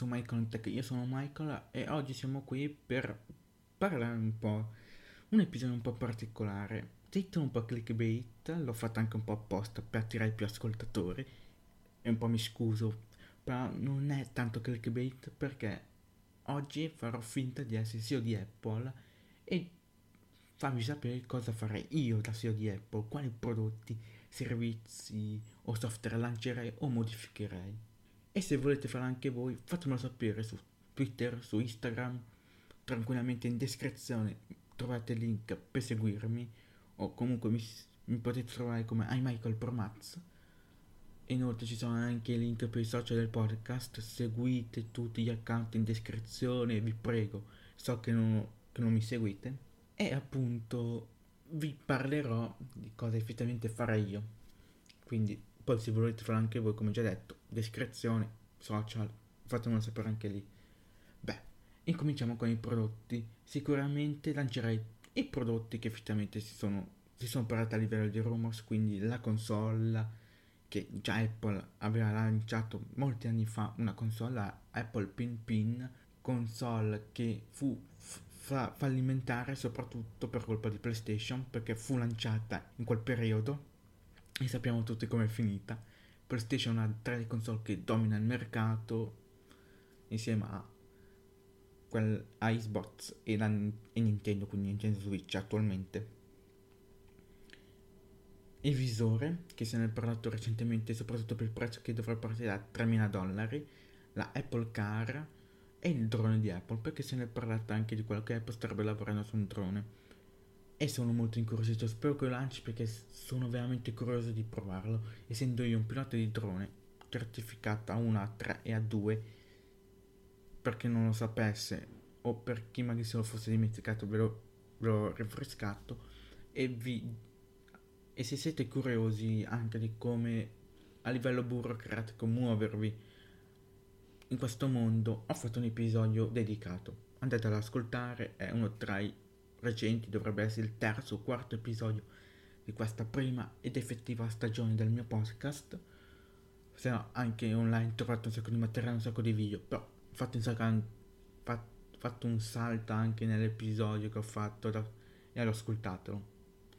Michael Tech, io sono Michael e oggi siamo qui per parlare un po', un episodio un po' particolare, titolo un po' clickbait, l'ho fatto anche un po' apposta per attirare più ascoltatori e un po' mi scuso, però non è tanto clickbait perché oggi farò finta di essere CEO di Apple e farvi sapere cosa farei io da CEO di Apple, quali prodotti, servizi o software lancerei o modificherei. E se volete farlo anche voi, fatemelo sapere su Twitter, su Instagram, tranquillamente in descrizione trovate il link per seguirmi o comunque mi potete trovare come iMichael Promaz. E inoltre ci sono anche i link per i social del podcast, seguite tutti gli account in descrizione, vi prego, so che non mi seguite. E appunto vi parlerò di cosa effettivamente farei io. Quindi poi se volete farlo anche voi, come già detto, descrizione, social, fatemelo sapere anche lì. Beh, incominciamo con i prodotti. Sicuramente lancerei i prodotti che effettivamente si sono parlati a livello di rumors, quindi la console che già Apple aveva lanciato molti anni fa, una console, la Apple Pin, console che fu fallimentare soprattutto per colpa di PlayStation perché fu lanciata in quel periodo e sappiamo tutti com'è finita. PlayStation è una tra le console che domina il mercato insieme a Xbox e Nintendo, quindi Nintendo Switch attualmente. Il visore, che se ne è parlato recentemente soprattutto per il prezzo che dovrà partire da $3.000, la Apple Car e il drone di Apple, perché se ne è parlato anche di quello che Apple starebbe lavorando su un drone. E sono molto incuriosito, spero che lo lanci perché sono veramente curioso di provarlo, essendo io un pilota di drone certificato A1, A3 e A2, per chi non lo sapesse o per chi magari se lo fosse dimenticato ve l'ho rinfrescato e vi e se siete curiosi anche di come a livello burocratico muovervi in questo mondo, ho fatto un episodio dedicato. Andate ad ascoltare, è uno tra i recenti, dovrebbe essere il terzo o quarto episodio di questa prima ed effettiva stagione del mio podcast. Se no, anche online trovate un sacco di materiale, un sacco di video, però fatto un salto anche nell'episodio che ho fatto e l'ho ascoltatelo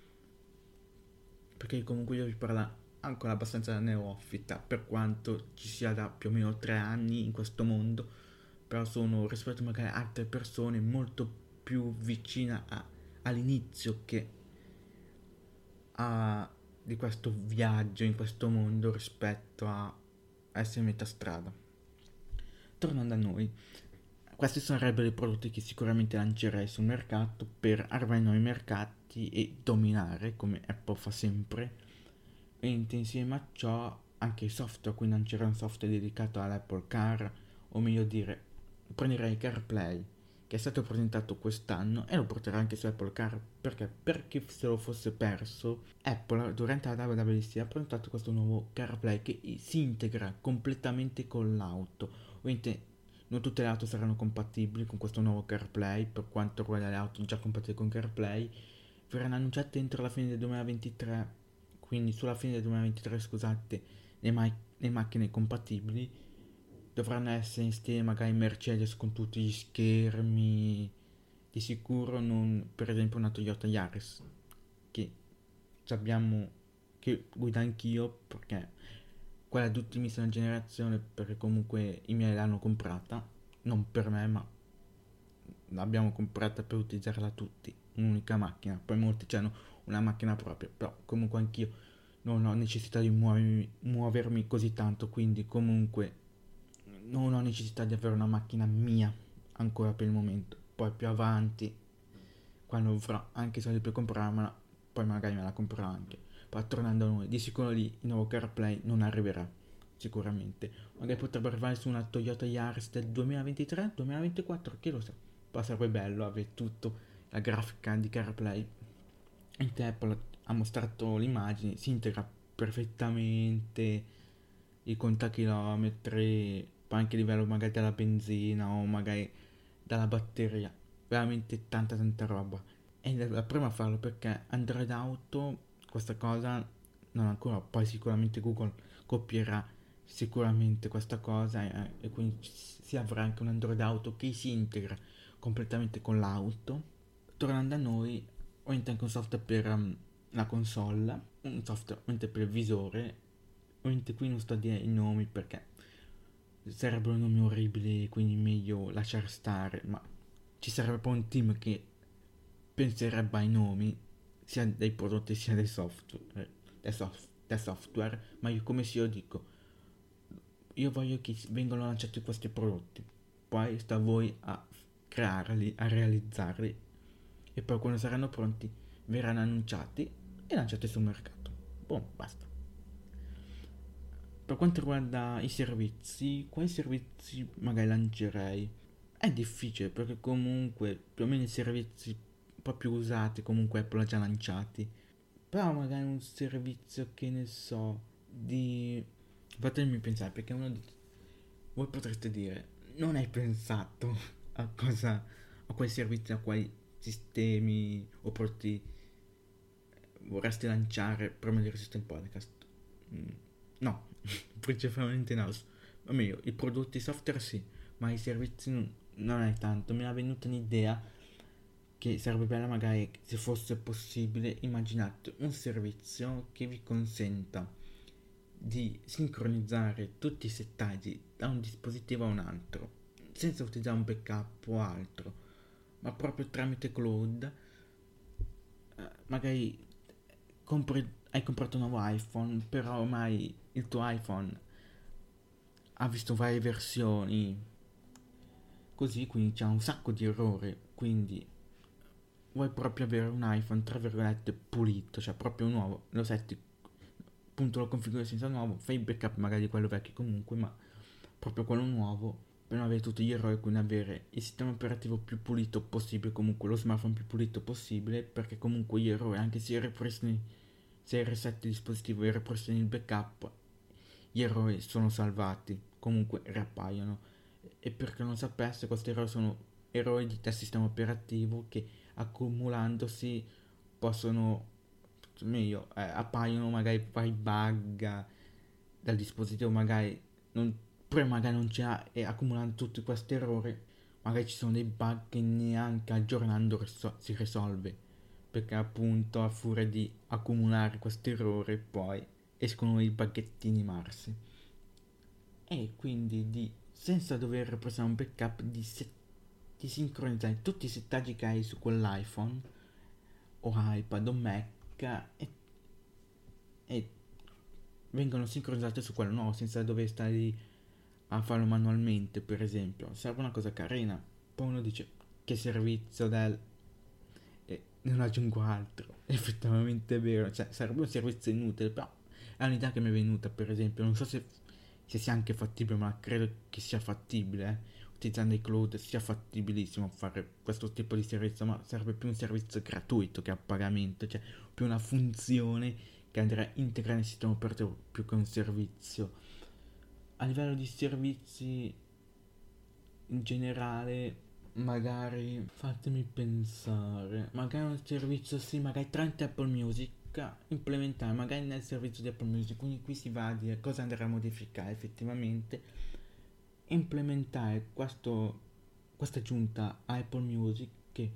perché comunque io vi parlo ancora abbastanza neofita per quanto ci sia da più o meno 3 anni in questo mondo, però sono rispetto magari a altre persone molto più vicina all'inizio che a, di questo viaggio in questo mondo rispetto a essere metà strada. Tornando a noi, questi sarebbero i prodotti che sicuramente lancerei sul mercato per arrivare ai nuovi mercati e dominare come Apple fa sempre. E insieme a ciò anche il software, quindi lancerei un software dedicato all'Apple Car, o meglio dire, prenderei CarPlay che è stato presentato quest'anno e lo porterò anche su Apple Car perché per chi se lo fosse perso, Apple durante la WWDC ha presentato questo nuovo CarPlay che si integra completamente con l'auto. Ovviamente non tutte le auto saranno compatibili con questo nuovo CarPlay, per quanto riguarda le auto già compatibili con CarPlay verranno annunciate entro la fine del 2023, quindi sulla fine del 2023 scusate, le macchine compatibili dovranno essere in stile magari Mercedes con tutti gli schermi, di sicuro non per esempio una Toyota Yaris che abbiamo, che guido anch'io perché quella di ultimissima generazione perché comunque i miei l'hanno comprata, non per me ma l'abbiamo comprata per utilizzarla tutti, un'unica macchina, poi molti hanno una macchina propria, però comunque anch'io non ho necessità di muovermi così tanto, quindi comunque non ho necessità di avere una macchina mia ancora per il momento. Poi più avanti, quando avrò anche i soldi per comprarmela, poi magari me la comprerò anche. Poi tornando a noi, di sicuro lì il nuovo CarPlay non arriverà, sicuramente. Magari potrebbe arrivare su una Toyota Yaris del 2023, 2024, chi lo sa. Poi sarebbe bello avere tutto, la grafica di CarPlay. In te Apple ha mostrato l'immagine, si integra perfettamente i contachilometri, poi anche a livello magari della benzina o magari dalla batteria, veramente tanta roba. E è la prima a farlo perché Android Auto questa cosa non ancora, poi sicuramente Google copierà sicuramente questa cosa e quindi si avrà anche un Android Auto che si integra completamente con l'auto. Tornando a noi, ho anche un software per la console, un software ovviamente per il visore. Ovviamente qui non sto a dire i nomi perché sarebbero nomi orribili, quindi meglio lasciare stare, ma ci sarebbe poi un team che penserebbe ai nomi sia dei prodotti sia dei software, del software, ma io come se io dico, io voglio che vengano lanciati questi prodotti, poi sta a voi a crearli, a realizzarli e poi quando saranno pronti verranno annunciati e lanciati sul mercato. Boh, basta. Per quanto riguarda i servizi, quali servizi magari lancerei? È difficile perché comunque più o meno i servizi un po' più usati comunque Apple ha già lanciati. Però magari un servizio che ne so di... Fatemi pensare perché uno di... Voi potreste dire, non hai pensato a cosa... a quali servizi, a quali sistemi o prodotti vorresti lanciare prima di resistere il podcast? Mm, no, principalmente no. O meglio, i prodotti software sì, ma i servizi non è tanto. Mi è venuta un'idea che sarebbe bella magari se fosse possibile immaginate un servizio che vi consenta di sincronizzare tutti i settaggi da un dispositivo a un altro senza utilizzare un backup o altro ma proprio tramite cloud. Magari hai comprato un nuovo iPhone però ormai il tuo iPhone ha visto varie versioni così quindi c'è un sacco di errori quindi vuoi proprio avere un iPhone tra virgolette pulito, cioè proprio nuovo, lo setti, appunto lo configuri senza nuovo, fai il backup magari di quello vecchio comunque, ma proprio quello nuovo per non avere tutti gli errori, quindi avere il sistema operativo più pulito possibile, comunque lo smartphone più pulito possibile, perché comunque gli errori, anche se ripristini, se resetti il dispositivo e ripristini il backup, gli errori sono salvati, comunque riappaiono. E per chi non sapesse, questi errori sono errori del sistema operativo che accumulandosi possono, meglio, appaiono magari vari bug dal dispositivo, magari non, poi magari non c'è e accumulando tutti questi errori, magari ci sono dei bug che neanche aggiornando si risolve, perché appunto a furia di accumulare questi errori poi escono i buggettini marsi. E quindi senza dover prendere un backup di sincronizzare tutti i settaggi che hai su quell'iPhone o iPad o Mac e vengono sincronizzate su quello nuovo senza dover stare lì a farlo manualmente, per esempio. Serve una cosa carina. Poi uno dice che servizio del... e non aggiungo altro. Effettivamente è vero, cioè sarebbe un servizio inutile, però è un'idea che mi è venuta, per esempio. Non so se sia anche fattibile, ma credo che sia fattibile. Utilizzando i cloud sia fattibilissimo fare questo tipo di servizio, ma sarebbe più un servizio gratuito che a pagamento, cioè più una funzione che andrà a integrare nel sistema operativo più che un servizio. A livello di servizi in generale, magari fatemi pensare, magari un servizio sì, magari tramite Apple Music implementare magari nel servizio di Apple Music, quindi qui si va a dire cosa andrà a modificare effettivamente, implementare questa aggiunta a Apple Music che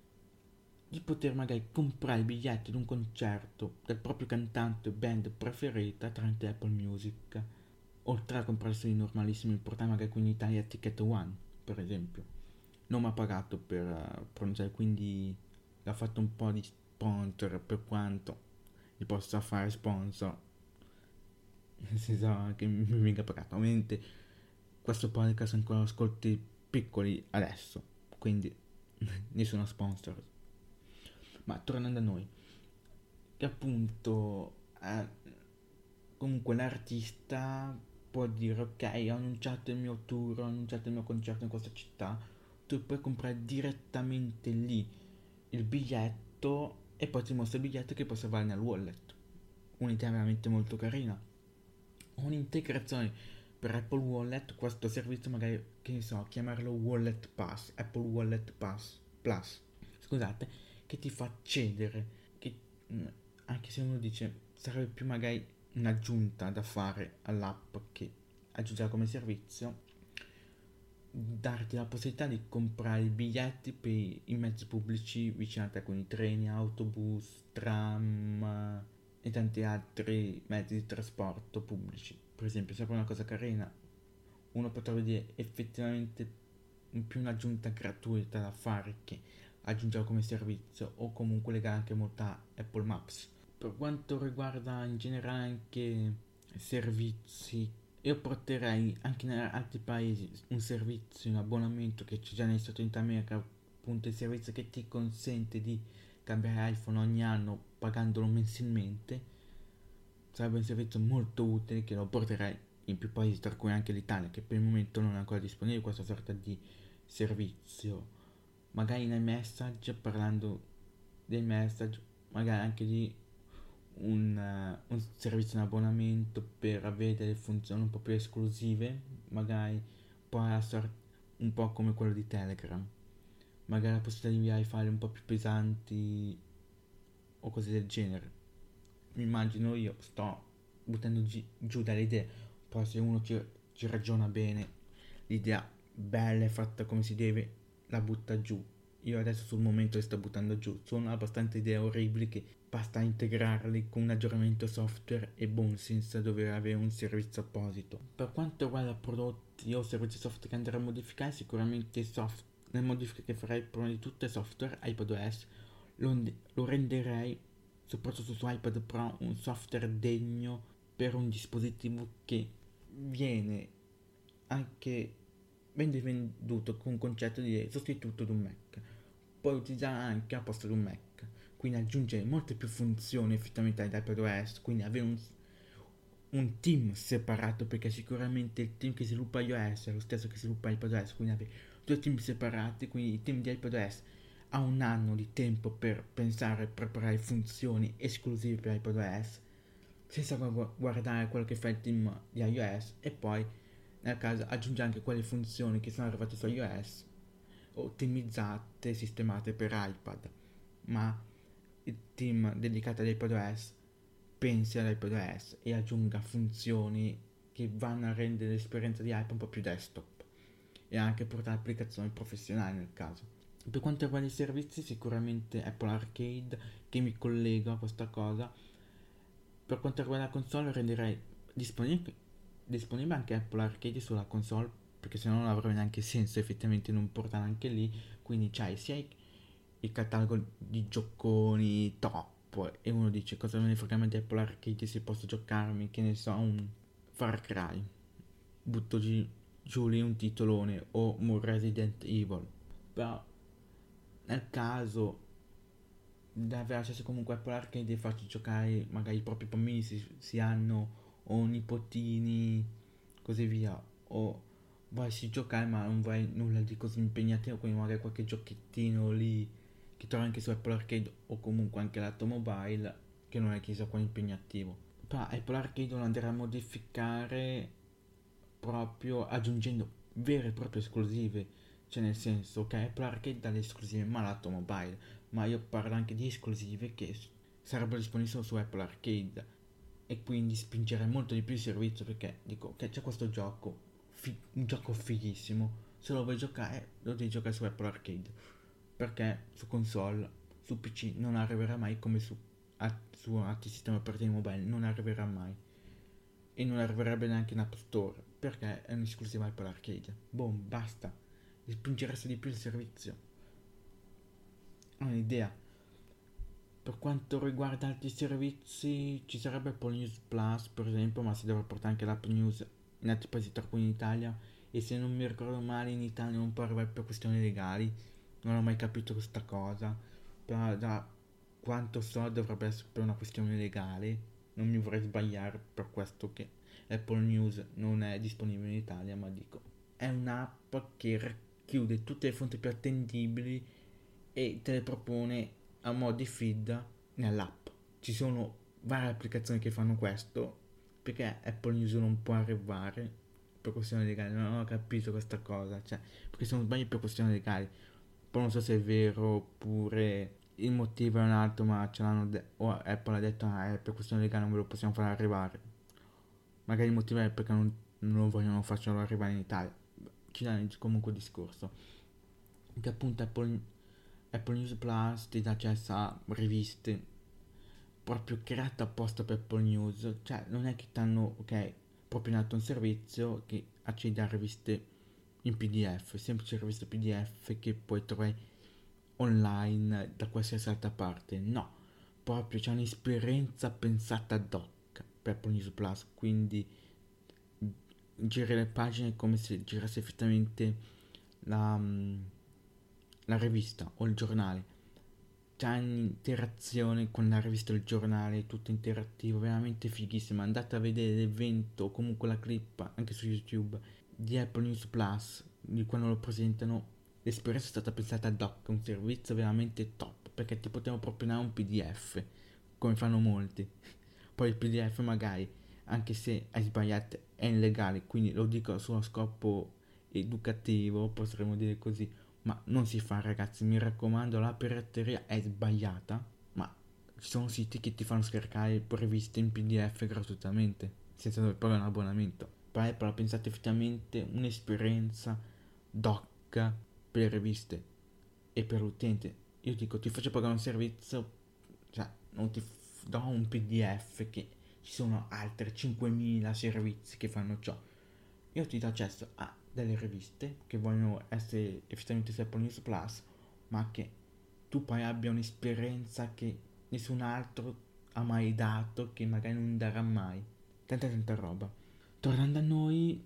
di poter magari comprare i biglietti di un concerto del proprio cantante o band preferita tramite Apple Music, oltre a comprarsi i normalissimi portare magari qui in Italia Ticket One, per esempio. Non mi ha pagato per pronunciare, quindi ha fatto un po' di sponsor per quanto gli possa fare sponsor, nel senso che mi venga pagato. Ovviamente questo podcast ancora ascolti piccoli adesso, quindi nessuno sponsor. Ma tornando a noi, che appunto comunque l'artista può dire ok, ho annunciato il mio tour, ho annunciato il mio concerto in questa città, tu puoi comprare direttamente lì il biglietto e poi ti mostra il biglietto che puoi salvare nel wallet. Un'idea veramente molto carina. Un'integrazione per Apple Wallet, questo servizio magari, che ne so, chiamarlo Wallet Pass, Apple Wallet Pass Plus, scusate, che ti fa accedere, che anche se uno dice sarebbe più magari un'aggiunta da fare all'app che aggiungerà come servizio darti la possibilità di comprare i biglietti per i mezzi pubblici vicino a te, quindi treni, autobus, tram e tanti altri mezzi di trasporto pubblici. Per esempio, sempre una cosa carina, uno potrebbe dire effettivamente più un'aggiunta gratuita da fare che aggiungerlo come servizio, o comunque legare anche molto a Apple Maps. Per quanto riguarda in generale anche servizi, io porterei anche in altri paesi un servizio, un abbonamento che c'è già negli Stati Uniti d'America, appunto il servizio che ti consente di cambiare iPhone ogni anno pagandolo mensilmente. Sarebbe un servizio molto utile che lo porterei in più paesi, tra cui anche l'Italia, che per il momento non è ancora disponibile questa sorta di servizio. Magari nei message, parlando dei message, magari anche di un servizio in abbonamento per avere delle funzioni un po' più esclusive, magari un po' come quello di Telegram, magari la possibilità di inviare file un po' più pesanti o cose del genere. Mi immagino, io sto buttando giù dalle idee, poi se uno ci ragiona bene, l'idea bella e fatta come si deve, la butta giù. Io adesso sul momento le sto buttando giù, sono abbastanza idee orribili che basta integrarli con un aggiornamento software e buon, senza dover avere un servizio apposito. Per quanto riguarda prodotti o servizi software che andrò a modificare, sicuramente le modifiche che farei prima di tutto è software, iPadOS, lo renderei soprattutto su iPad Pro un software degno per un dispositivo che viene anche venduto con un concetto di sostituto di un Mac. Puoi utilizzare anche a posto di un Mac, quindi aggiungere molte più funzioni effettivamente ad iPadOS, quindi avere un team separato, perché sicuramente il team che sviluppa iOS è lo stesso che sviluppa iPadOS, quindi avere due team separati, quindi il team di iPadOS ha un anno di tempo per pensare e preparare funzioni esclusive per iPadOS, senza guardare quello che fa il team di iOS, e poi nel caso aggiunge anche quelle funzioni che sono arrivate su iOS ottimizzate, sistemate per iPad, ma il team dedicato ad iPadOS pensi all'iPadOS e aggiunga funzioni che vanno a rendere l'esperienza di iPad un po' più desktop e anche portare applicazioni professionali nel caso. Per quanto riguarda i servizi, sicuramente Apple Arcade, che mi collega a questa cosa. Per quanto riguarda la console, renderei disponibile anche Apple Arcade sulla console, perché se no non avrebbe neanche senso effettivamente non portarla anche lì. Quindi c'hai sia il catalogo di gioconi top, e uno dice cosa me ne frega di Apple Arcade se posso giocarmi, che ne so, un Far Cry, butto giù lì un titolone, o un Resident Evil. Però nel caso di avere accesso comunque a Apple Arcade e farci giocare magari i propri bambini si hanno, o nipotini, così via, o vuoi si giocare ma non vuoi nulla di così impegnativo, quindi magari qualche giochettino lì che trovi anche su Apple Arcade, o comunque anche lato mobile, che non è chissà quale impegnativo. Però Apple Arcade lo andrà a modificare proprio aggiungendo vere e proprie esclusive, cioè nel senso che Apple Arcade dà le esclusive ma lato mobile, ma io parlo anche di esclusive che sarebbero disponibili solo su Apple Arcade, e quindi spingere molto di più il servizio, perché dico che c'è questo gioco, un gioco fighissimo, se lo vuoi giocare lo devi giocare su Apple Arcade, perché su console, su PC non arriverà mai come su altri sistemi operativi mobile, non arriverà mai, e non arriverebbe neanche in App Store perché è un'esclusiva Apple Arcade. Boom, basta, spingeresti di più il servizio. Ho un'idea. Per quanto riguarda altri servizi, ci sarebbe Apple News Plus, per esempio, ma si deve portare anche l'App News in altri paesi, tra cui in Italia. E se non mi ricordo male, in Italia non può arrivare per questioni legali. Non ho mai capito questa cosa. Però da quanto so dovrebbe essere per una questione legale. Non mi vorrei sbagliare, per questo che Apple News non è disponibile in Italia, ma dico, è un'app che racchiude tutte le fonti più attendibili e te le propone a mo' di feed nell'app. Ci sono varie applicazioni che fanno questo, perché Apple News non può arrivare per questioni legali. Non ho capito questa cosa, cioè, perché se non sbaglio per questioni legali. Poi non so se è vero oppure il motivo è un altro, ma ce o Apple ha detto è per questione legale non ve lo possiamo far arrivare. Magari il motivo è perché non non vogliono farcelo arrivare in Italia. Ci dà comunque il discorso. Che appunto Apple News Plus ti dà accesso a riviste proprio create apposta per Apple News, cioè non è che ti hanno, ok, proprio nato un servizio che accede a riviste in PDF, semplici riviste PDF che puoi trovare online da qualsiasi altra parte, no, proprio c'è un'esperienza pensata ad hoc per Apple News Plus, quindi giri le pagine come se girasse effettivamente la, la rivista o il giornale. C'è un'interazione con la rivista o il giornale, tutto interattivo, veramente fighissimo. Andate a vedere l'evento o comunque la clip anche su YouTube di Apple News Plus, di quando lo presentano. L'esperienza è stata pensata ad hoc, un servizio veramente top, perché ti potevo propinare un PDF, come fanno molti. Poi il PDF magari, anche se hai sbagliato, è illegale, quindi lo dico sullo scopo educativo, potremmo dire così, ma non si fa ragazzi, mi raccomando, la pirateria è sbagliata, ma ci sono siti che ti fanno scaricare riviste in PDF gratuitamente, senza dover pagare un abbonamento. Per Apple ha pensato effettivamente un'esperienza doc per le riviste e per l'utente. Io dico, ti faccio pagare un servizio, cioè non ti do un PDF che ci sono altri 5.000 servizi che fanno ciò. Io ti do accesso a delle riviste che vogliono essere effettivamente su Apple News Plus, ma che tu poi abbia un'esperienza che nessun altro ha mai dato, che magari non darà mai. Tanta roba. Tornando a noi,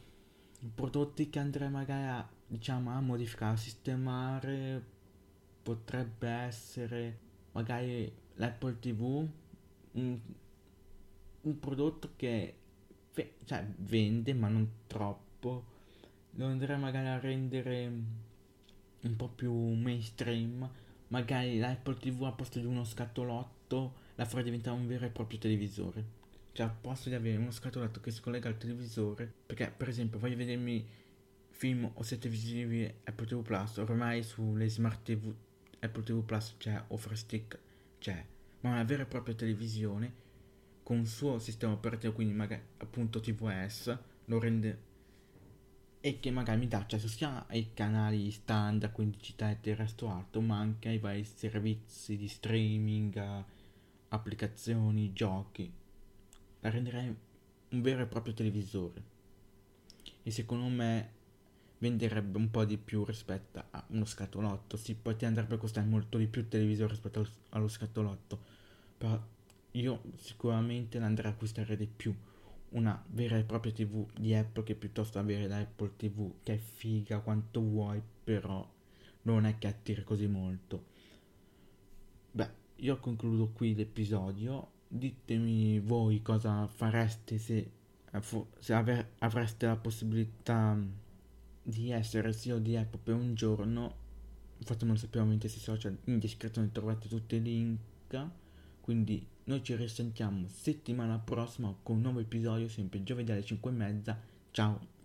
prodotti che andrei magari a, diciamo, a modificare, a sistemare, potrebbe essere magari l'Apple TV, un, un prodotto che cioè, vende ma non troppo, lo andrei magari a rendere un po' più mainstream, magari l'Apple TV al posto di uno scatolotto la farei diventare un vero e proprio televisore. Cioè al posto di avere uno scatolotto che si collega al televisore, perché per esempio voglio vedermi film o serie televisivi Apple TV Plus, ormai sulle smart TV Apple TV Plus c'è, o Fire Stick c'è, ma una vera e propria televisione con un suo sistema operativo, quindi magari appunto tvOS, lo rende e che magari mi dà accesso sia ai canali standard, quindi digitale, terrestre o alto, ma anche ai vari servizi di streaming, applicazioni, giochi. La renderei un vero e proprio televisore e secondo me venderebbe un po' di più rispetto a uno scatolotto. Sì, poi ti andrebbe a costare molto di più il televisore rispetto allo scatolotto, però io sicuramente ne andrei a acquistare di più una vera e propria TV di Apple che piuttosto avere la Apple TV che è figa quanto vuoi, però non è che attiri così molto. Beh, io concludo qui l'episodio. Ditemi voi cosa fareste se avreste la possibilità di essere CEO di Apple per un giorno. Fatemelo sapere ovviamente sui social, in descrizione trovate tutti i link. Quindi noi ci risentiamo settimana prossima con un nuovo episodio, sempre giovedì alle 5:30. Ciao!